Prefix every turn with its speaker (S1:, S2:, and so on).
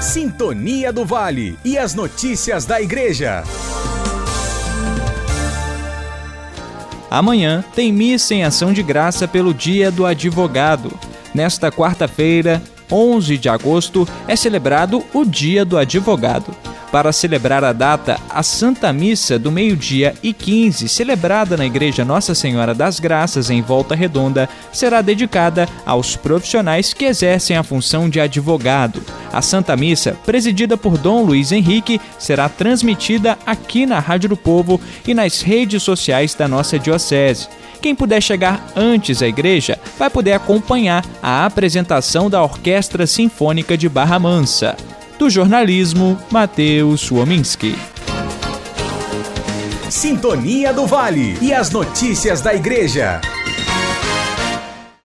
S1: Sintonia do Vale e as notícias da Igreja.
S2: Amanhã tem missa em ação de graça pelo Dia do Advogado. Nesta quarta-feira, 11 de agosto, é celebrado o Dia do Advogado. Para celebrar a data, a Santa Missa do meio-dia e 15, celebrada na Igreja Nossa Senhora das Graças, em Volta Redonda, será dedicada aos profissionais que exercem a função de advogado. A Santa Missa, presidida por Dom Luiz Henrique, será transmitida aqui na Rádio do Povo e nas redes sociais da nossa diocese. Quem puder chegar antes à igreja vai poder acompanhar a apresentação da Orquestra Sinfônica de Barra Mansa. Do jornalismo, Matheus Wominski.
S1: Sintonia do Vale e as notícias da Igreja.